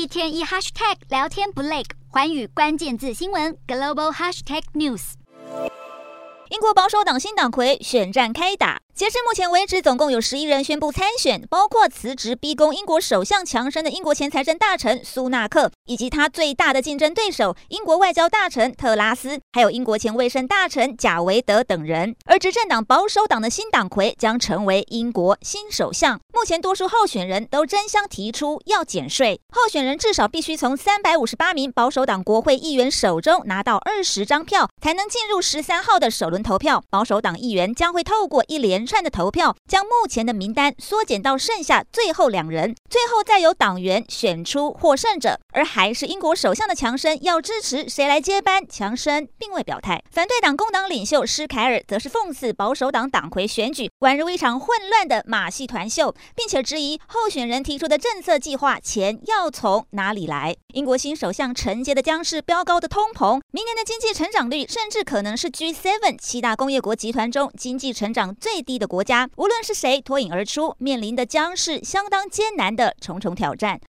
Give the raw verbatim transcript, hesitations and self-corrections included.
天一 hashtag 聊天不累，寰宇关键字新闻 global hashtag news。 英国保守党新党魁选战开打，截至目前为止，总共有十一人宣布参选，包括辞职逼宫英国首相强生的英国前财政大臣苏纳克，以及他最大的竞争对手英国外交大臣特拉斯，还有英国前卫生大臣贾维德等人。而执政党保守党的新党魁将成为英国新首相。目前多数候选人都争相提出要减税，候选人至少必须从三百五十八名保守党国会议员手中拿到二十张票，才能进入十三号的首轮投票。保守党议员将会透过一连串的投票，将目前的名单缩减到剩下最后两人，最后再由党员选出获胜者。而还是英国首相的强生要支持谁来接班，强生并未表态。反对党工党领袖施凯尔则是讽刺保守党党魁选举宛如一场混乱的马戏团秀，并且质疑候选人提出的政策计划钱要从哪里来。英国新首相承接的将是飙高的通膨，明年的经济成长率甚至可能是 G 七 七大工业国集团中经济成长最低的国家。无论是谁脱颖而出，面临的将是相当艰难的重重挑战。